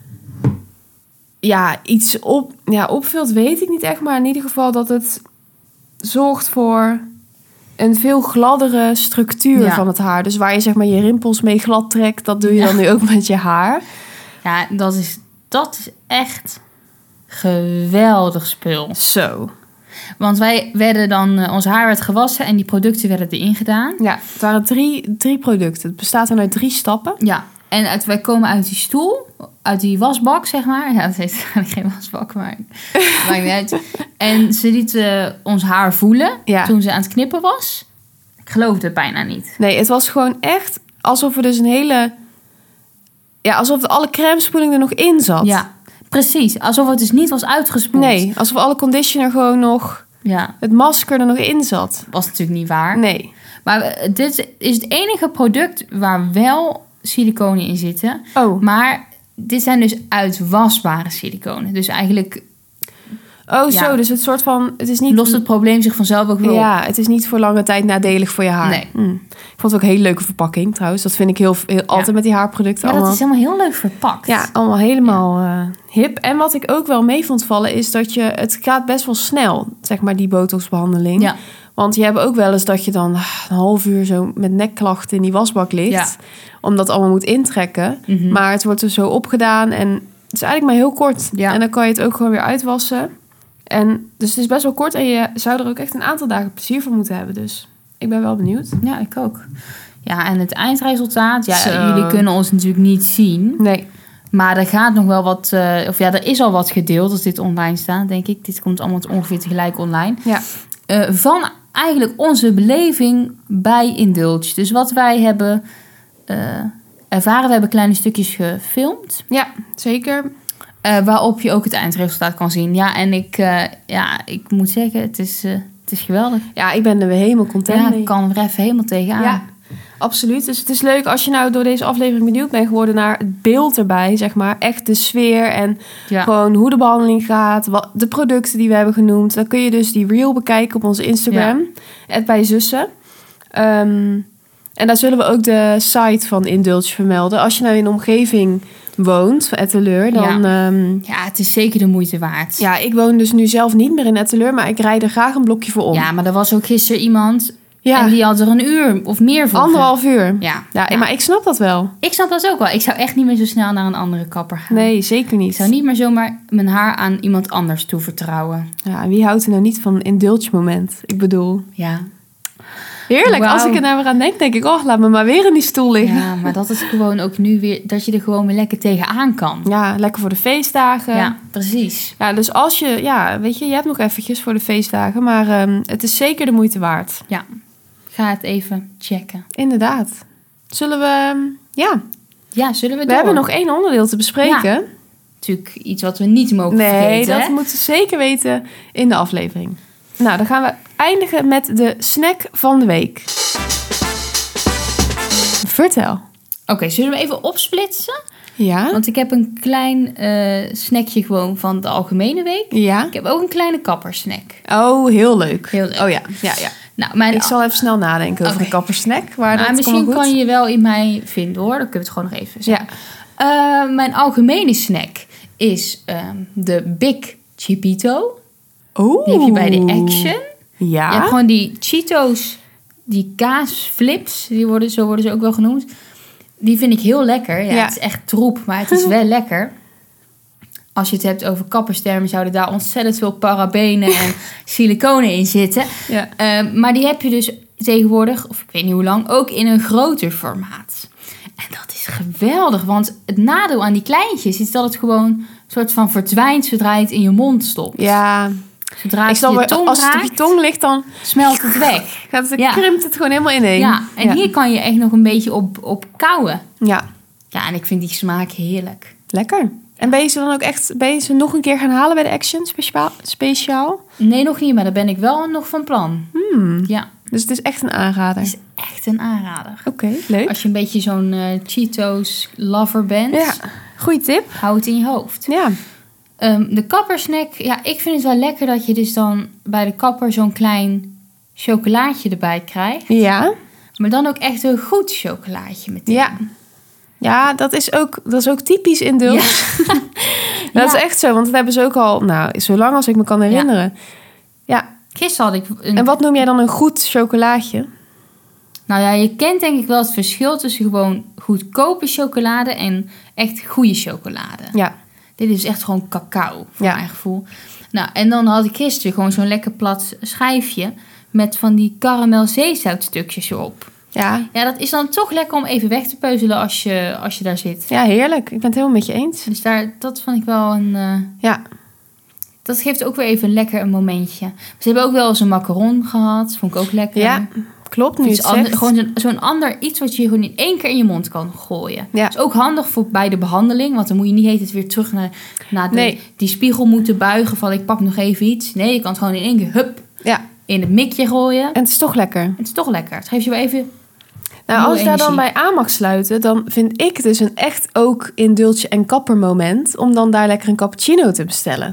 Speaker 1: iets opvult, weet ik niet echt. Maar in ieder geval dat het zorgt voor een veel gladdere structuur van het haar. Dus waar je zeg maar je rimpels mee glad trekt, dat doe je dan nu ook met je haar.
Speaker 2: Ja, dat is echt geweldig spul.
Speaker 1: Zo.
Speaker 2: Want wij werden dan, ons haar werd gewassen en die producten werden erin gedaan.
Speaker 1: Ja, het waren drie producten. Het bestaat dan uit 3 stappen.
Speaker 2: Ja, en wij komen uit die stoel, uit die wasbak, zeg maar. Ja, dat heet eigenlijk geen wasbak, maar maakt niet uit. En ze liet ons haar voelen toen ze aan het knippen was. Ik geloofde het bijna niet.
Speaker 1: Nee, het was gewoon echt alsof er dus een hele... Ja, alsof alle crèmespoeling er nog in zat.
Speaker 2: Ja, precies. Alsof het dus niet was uitgespoeld.
Speaker 1: Nee, alsof alle conditioner gewoon nog...
Speaker 2: Ja.
Speaker 1: Het masker er nog in zat.
Speaker 2: Was natuurlijk niet waar.
Speaker 1: Nee.
Speaker 2: Maar dit is het enige product waar wel siliconen in zitten.
Speaker 1: Oh.
Speaker 2: Maar dit zijn dus uitwasbare siliconen. Dus eigenlijk...
Speaker 1: Oh, zo. Dus het soort van... Het is niet...
Speaker 2: Lost het probleem zich vanzelf ook wel op.
Speaker 1: Ja, het is niet voor lange tijd nadelig voor je haar.
Speaker 2: Nee.
Speaker 1: Ik vond het ook een hele leuke verpakking trouwens. Dat vind ik heel altijd met die haarproducten.
Speaker 2: Ja,
Speaker 1: allemaal.
Speaker 2: dat is helemaal heel leuk verpakt.
Speaker 1: Ja, allemaal helemaal hip. En wat ik ook wel mee vond vallen is dat het gaat best wel snel, zeg maar, die botoxbehandeling.
Speaker 2: Ja.
Speaker 1: Want je hebt ook wel eens dat je dan een half uur zo met nekklachten in die wasbak ligt.
Speaker 2: Ja.
Speaker 1: Omdat allemaal moet intrekken.
Speaker 2: Mhm.
Speaker 1: Maar het wordt er zo opgedaan en het is eigenlijk maar heel kort.
Speaker 2: Ja.
Speaker 1: En dan kan je het ook gewoon weer uitwassen. En dus het is best wel kort en je zou er ook echt een aantal dagen plezier van moeten hebben. Dus ik ben wel benieuwd.
Speaker 2: Ja, ik ook. Ja, en het eindresultaat,
Speaker 1: Zo.
Speaker 2: jullie kunnen ons natuurlijk niet zien.
Speaker 1: Nee.
Speaker 2: Maar er gaat nog wel wat, er is al wat gedeeld als dit online staat, denk ik. Dit komt allemaal ongeveer tegelijk online.
Speaker 1: Ja.
Speaker 2: Van eigenlijk onze beleving bij Indulge. Dus wat wij hebben ervaren, we hebben kleine stukjes gefilmd.
Speaker 1: Ja, zeker.
Speaker 2: Waarop je ook het eindresultaat kan zien. Ja, en ik moet zeggen, het is geweldig.
Speaker 1: Ja, ik ben er weer helemaal content
Speaker 2: Ja,
Speaker 1: mee.
Speaker 2: ik kan er even helemaal tegenaan.
Speaker 1: Ja, absoluut. Dus het is leuk als je nou door deze aflevering benieuwd bent geworden naar het beeld erbij, zeg maar. Echt de sfeer en gewoon hoe de behandeling gaat, de producten die we hebben genoemd. Dan kun je dus die reel bekijken op onze Instagram, @bijzussen. En daar zullen we ook de site van Indulge vermelden. Als je nou in de omgeving woont, van Etteleur, dan...
Speaker 2: Ja, het is zeker de moeite waard.
Speaker 1: Ja, ik woon dus nu zelf niet meer in Etteleur, maar ik rijd er graag een blokje voor om.
Speaker 2: Ja, maar er was ook gisteren iemand
Speaker 1: Ja.
Speaker 2: en die had er 1 uur of meer voor.
Speaker 1: 1,5 uur.
Speaker 2: Ja.
Speaker 1: Maar ik snap dat wel.
Speaker 2: Ik snap dat ook wel. Ik zou echt niet meer zo snel naar een andere kapper gaan.
Speaker 1: Nee, zeker niet.
Speaker 2: Ik zou niet meer zomaar mijn haar aan iemand anders toevertrouwen.
Speaker 1: Ja, en wie houdt er nou niet van een indulge moment? Ik bedoel,
Speaker 2: Ja.
Speaker 1: heerlijk.
Speaker 2: Wauw.
Speaker 1: Als ik er nou weer aan denk, denk ik, laat me maar weer in die stoel liggen.
Speaker 2: Ja, maar dat is gewoon ook nu weer, dat je er gewoon weer lekker tegenaan kan.
Speaker 1: Ja, lekker voor de feestdagen.
Speaker 2: Ja, precies.
Speaker 1: Ja, dus als je, weet je hebt nog eventjes voor de feestdagen, maar het is zeker de moeite waard.
Speaker 2: Ja, ga het even checken.
Speaker 1: Inderdaad. Zullen we,
Speaker 2: Ja, zullen we
Speaker 1: we
Speaker 2: door?
Speaker 1: hebben nog 1 onderdeel te bespreken.
Speaker 2: Ja. Natuurlijk iets wat we niet mogen
Speaker 1: Nee,
Speaker 2: vergeten.
Speaker 1: dat
Speaker 2: hè?
Speaker 1: moeten we zeker weten in de aflevering. Nou, dan gaan we eindigen met de snack van de week. Vertel.
Speaker 2: Oké, zullen we even opsplitsen?
Speaker 1: Ja?
Speaker 2: Want ik heb een klein snackje gewoon van de algemene week.
Speaker 1: Ja?
Speaker 2: Ik heb ook een kleine kappersnack.
Speaker 1: Oh, heel leuk.
Speaker 2: Heel leuk.
Speaker 1: Oh ja, ja.
Speaker 2: Nou,
Speaker 1: Ik zal even snel nadenken over
Speaker 2: Oké.
Speaker 1: een kappersnack. Maar dat
Speaker 2: misschien
Speaker 1: komt wel goed.
Speaker 2: kan je wel in mij vinden hoor. Dan kunnen we het gewoon nog even zeggen.
Speaker 1: Ja.
Speaker 2: Mijn algemene snack is de Big Chipito.
Speaker 1: Oeh.
Speaker 2: Die heb je bij de Action.
Speaker 1: Ja.
Speaker 2: Je hebt gewoon die Cheetos, die kaasflips, zo worden ze ook wel genoemd. Die vind ik heel lekker. Ja,
Speaker 1: Ja.
Speaker 2: Het is echt troep, maar het is wel lekker. Als je het hebt over kapperstermen, zouden daar ontzettend veel parabenen en siliconen in zitten.
Speaker 1: Ja.
Speaker 2: Maar die heb je dus tegenwoordig, of ik weet niet hoe lang, ook in een groter formaat. En dat is geweldig, want het nadeel aan die kleintjes is dat het gewoon een soort van verdwijnt zodra je het in je mond stopt.
Speaker 1: Ja.
Speaker 2: Zodra
Speaker 1: Ik
Speaker 2: het
Speaker 1: zal
Speaker 2: je
Speaker 1: wel,
Speaker 2: tong
Speaker 1: als het op je
Speaker 2: raakt,
Speaker 1: tong ligt, dan
Speaker 2: smelt het weg.
Speaker 1: krimpt het gewoon helemaal ineen.
Speaker 2: Ja, en hier kan je echt nog een beetje op kauwen.
Speaker 1: Ja.
Speaker 2: Ja, en ik vind die smaak heerlijk.
Speaker 1: Lekker. En ben je ze dan ook echt nog een keer gaan halen bij de Action speciaal?
Speaker 2: Nee, nog niet, maar daar ben ik wel nog van plan. Ja,
Speaker 1: Dus het is echt een aanrader.
Speaker 2: het is echt een aanrader.
Speaker 1: Oké, leuk.
Speaker 2: Als je een beetje zo'n Cheetos lover bent,
Speaker 1: Ja, goeie tip.
Speaker 2: hou het in je hoofd.
Speaker 1: Ja.
Speaker 2: De kappersnack, ja, ik vind het wel lekker dat je dus dan bij de kapper zo'n klein chocolaatje erbij krijgt.
Speaker 1: Ja.
Speaker 2: Maar dan ook echt een goed chocolaatje meteen.
Speaker 1: Ja. Ja, dat is ook typisch Indulge. Dat is echt zo, want dat hebben ze ook al, zo lang als ik me kan herinneren. Ja.
Speaker 2: Gisteren had ik
Speaker 1: En wat noem jij dan een goed chocolaatje?
Speaker 2: Nou ja, je kent denk ik wel het verschil tussen gewoon goedkope chocolade en echt goede chocolade.
Speaker 1: Ja.
Speaker 2: Dit is echt gewoon cacao, voor
Speaker 1: Ja.
Speaker 2: mijn gevoel. Nou, en dan had ik gisteren gewoon zo'n lekker plat schijfje met van die karamel zeezoutstukjes erop.
Speaker 1: Ja.
Speaker 2: Ja, dat is dan toch lekker om even weg te peuzelen als je daar zit.
Speaker 1: Ja, heerlijk. Ik ben het helemaal met je eens.
Speaker 2: Dus dat vond ik wel een...
Speaker 1: Ja.
Speaker 2: Dat geeft ook weer even lekker een momentje. Ze hebben ook wel eens een macaron gehad. Vond ik ook lekker.
Speaker 1: Ja, klopt. Nu
Speaker 2: Iets
Speaker 1: het zegt.
Speaker 2: gewoon zo'n ander iets wat je gewoon in 1 keer in je mond kan gooien.
Speaker 1: Ja.
Speaker 2: Dat is ook handig voor bij de behandeling. Want dan moet je niet het weer terug naar
Speaker 1: Nee.
Speaker 2: die spiegel moeten buigen van ik pak nog even iets. Nee, je kan het gewoon in 1 keer hup
Speaker 1: Ja.
Speaker 2: in het mikje gooien.
Speaker 1: En het is toch lekker.
Speaker 2: Het is toch lekker. Het geeft je wel even...
Speaker 1: Nou, als ik daar dan
Speaker 2: energie.
Speaker 1: bij aan mag sluiten, dan vind ik het dus een echt ook indultje en kapper moment om dan daar lekker een cappuccino te bestellen.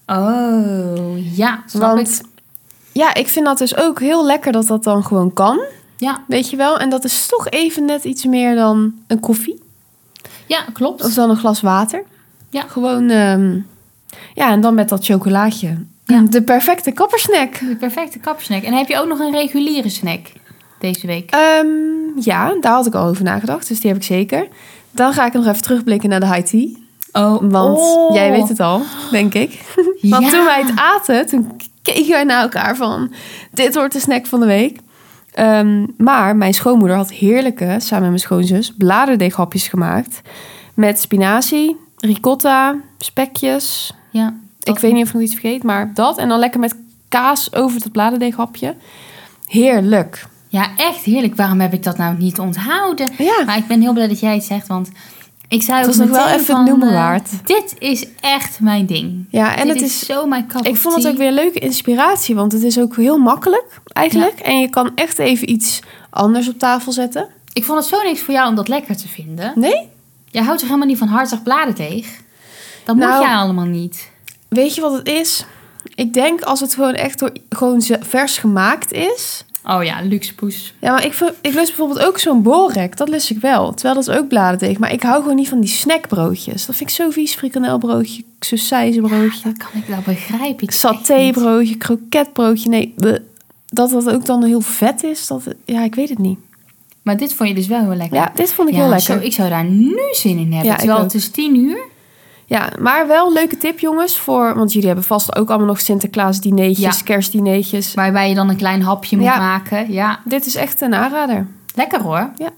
Speaker 2: Oh, ja. Snap
Speaker 1: Want
Speaker 2: ik.
Speaker 1: ja, ik vind dat dus ook heel lekker dat dat dan gewoon kan,
Speaker 2: Ja.
Speaker 1: weet je wel. En dat is toch even net iets meer dan een koffie
Speaker 2: Ja, klopt.
Speaker 1: of dan een glas water.
Speaker 2: Ja.
Speaker 1: Gewoon, ja, en dan met dat chocolaatje.
Speaker 2: Ja.
Speaker 1: De perfecte kappersnack.
Speaker 2: De perfecte kapsnack. En heb je ook nog een reguliere snack deze week?
Speaker 1: Ja, daar had ik al over nagedacht, dus die heb ik zeker. Dan ga ik nog even terugblikken naar de high tea. Want jij weet het al, denk ik. Want
Speaker 2: Ja.
Speaker 1: toen wij het aten, toen keken wij naar elkaar van... dit wordt de snack van de week. Maar mijn schoonmoeder had heerlijke, samen met mijn schoonzus... bladerdeeghapjes gemaakt. Met spinazie, ricotta, spekjes.
Speaker 2: Ja.
Speaker 1: Ik weet niet of ik nog iets vergeet, maar dat. En dan lekker met kaas over het bladerdeeghapje. Heerlijk.
Speaker 2: Ja, echt heerlijk. Waarom heb ik dat nou niet onthouden?
Speaker 1: Ja.
Speaker 2: Maar ik ben heel blij dat jij het zegt, want ik zei
Speaker 1: Het
Speaker 2: ook
Speaker 1: was nog wel
Speaker 2: meteen
Speaker 1: even
Speaker 2: van,
Speaker 1: het noemen waard.
Speaker 2: Dit is echt mijn ding.
Speaker 1: Ja, en
Speaker 2: Dit
Speaker 1: het
Speaker 2: is
Speaker 1: is...
Speaker 2: zo mijn cup
Speaker 1: Ik
Speaker 2: of
Speaker 1: vond het
Speaker 2: tea.
Speaker 1: ook weer een leuke inspiratie, want het is ook heel makkelijk eigenlijk. En je kan echt even iets anders op tafel zetten.
Speaker 2: Ik vond het zo niks voor jou om dat lekker te vinden.
Speaker 1: Nee?
Speaker 2: Jij houdt toch helemaal niet van hartig bladerdeeg? Dat moet
Speaker 1: Nou,
Speaker 2: jij allemaal niet.
Speaker 1: Weet je wat het is? Ik denk als het gewoon echt gewoon vers gemaakt is.
Speaker 2: Oh ja, luxe poes.
Speaker 1: Ja, maar ik lust bijvoorbeeld ook zo'n borek. Dat lust ik wel. Terwijl dat is ook bladerdeeg. Maar ik hou gewoon niet van die snackbroodjes. Dat vind ik zo vies. Frikandelbroodje, sausijzenbroodje,
Speaker 2: Dat kan ik wel begrijpen.
Speaker 1: satébroodje, kroketbroodje. Nee, dat ook dan heel vet is. Ja, ik weet het niet.
Speaker 2: Maar dit vond je dus wel heel lekker.
Speaker 1: Ja, dit vond ik
Speaker 2: Ja,
Speaker 1: heel lekker.
Speaker 2: Zo, ik zou daar nu zin in hebben.
Speaker 1: Ja, ik
Speaker 2: Terwijl
Speaker 1: ook.
Speaker 2: het is 10:00.
Speaker 1: Ja, maar wel een leuke tip, jongens. Want jullie hebben vast ook allemaal nog Sinterklaas-dineetjes,
Speaker 2: Ja.
Speaker 1: kerstdineetjes.
Speaker 2: Waarbij je dan een klein hapje moet
Speaker 1: Ja.
Speaker 2: maken. Ja,
Speaker 1: Dit is echt een aanrader.
Speaker 2: lekker hoor.
Speaker 1: Ja.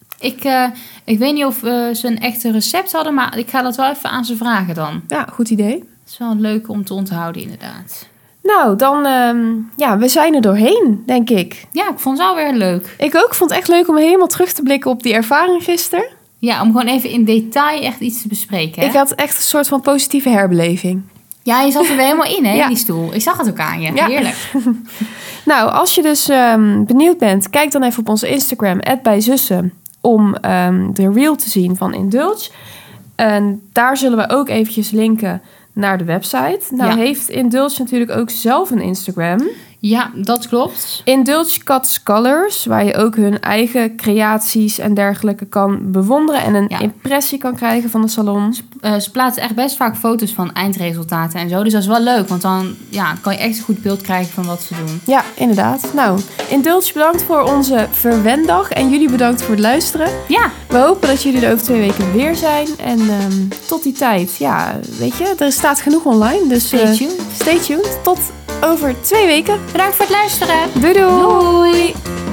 Speaker 2: Ik weet niet of ze een echte recept hadden, maar ik ga dat wel even aan ze vragen dan.
Speaker 1: Ja, goed idee.
Speaker 2: Het is wel leuk om te onthouden inderdaad.
Speaker 1: Nou, dan... we zijn er doorheen, denk ik.
Speaker 2: Ja, ik vond het wel weer leuk.
Speaker 1: Ik ook vond het echt leuk om helemaal terug te blikken op die ervaring gisteren.
Speaker 2: Ja, om gewoon even in detail echt iets te bespreken. Hè?
Speaker 1: Ik had echt een soort van positieve herbeleving.
Speaker 2: Ja, je zat er weer helemaal in hè,
Speaker 1: Ja.
Speaker 2: in die stoel. Ik zag het ook aan je.
Speaker 1: Ja.
Speaker 2: Heerlijk.
Speaker 1: Nou, als je dus benieuwd bent, kijk dan even op onze Instagram, @bijzussen, om de reel te zien van Indulge. En daar zullen we ook eventjes linken naar de website. Nou
Speaker 2: Ja.
Speaker 1: heeft Indulge natuurlijk ook zelf een Instagram.
Speaker 2: Ja, dat klopt.
Speaker 1: Indulge Cats Colors, waar je ook hun eigen creaties en dergelijke kan bewonderen en een
Speaker 2: Ja.
Speaker 1: impressie kan krijgen van de salon.
Speaker 2: Ze plaatsen echt best vaak foto's van eindresultaten en zo. Dus dat is wel leuk, want dan kan je echt een goed beeld krijgen van wat ze doen.
Speaker 1: Ja, inderdaad. Nou, Indulge bedankt voor onze verwendag en jullie bedankt voor het luisteren.
Speaker 2: Ja,
Speaker 1: We hopen dat jullie er over 2 weken weer zijn. En tot die tijd, ja, weet je, er staat genoeg online. Dus
Speaker 2: stay tuned.
Speaker 1: stay tuned. Tot over 2 weken.
Speaker 2: Bedankt voor het luisteren.
Speaker 1: Doei doei!
Speaker 2: Doei!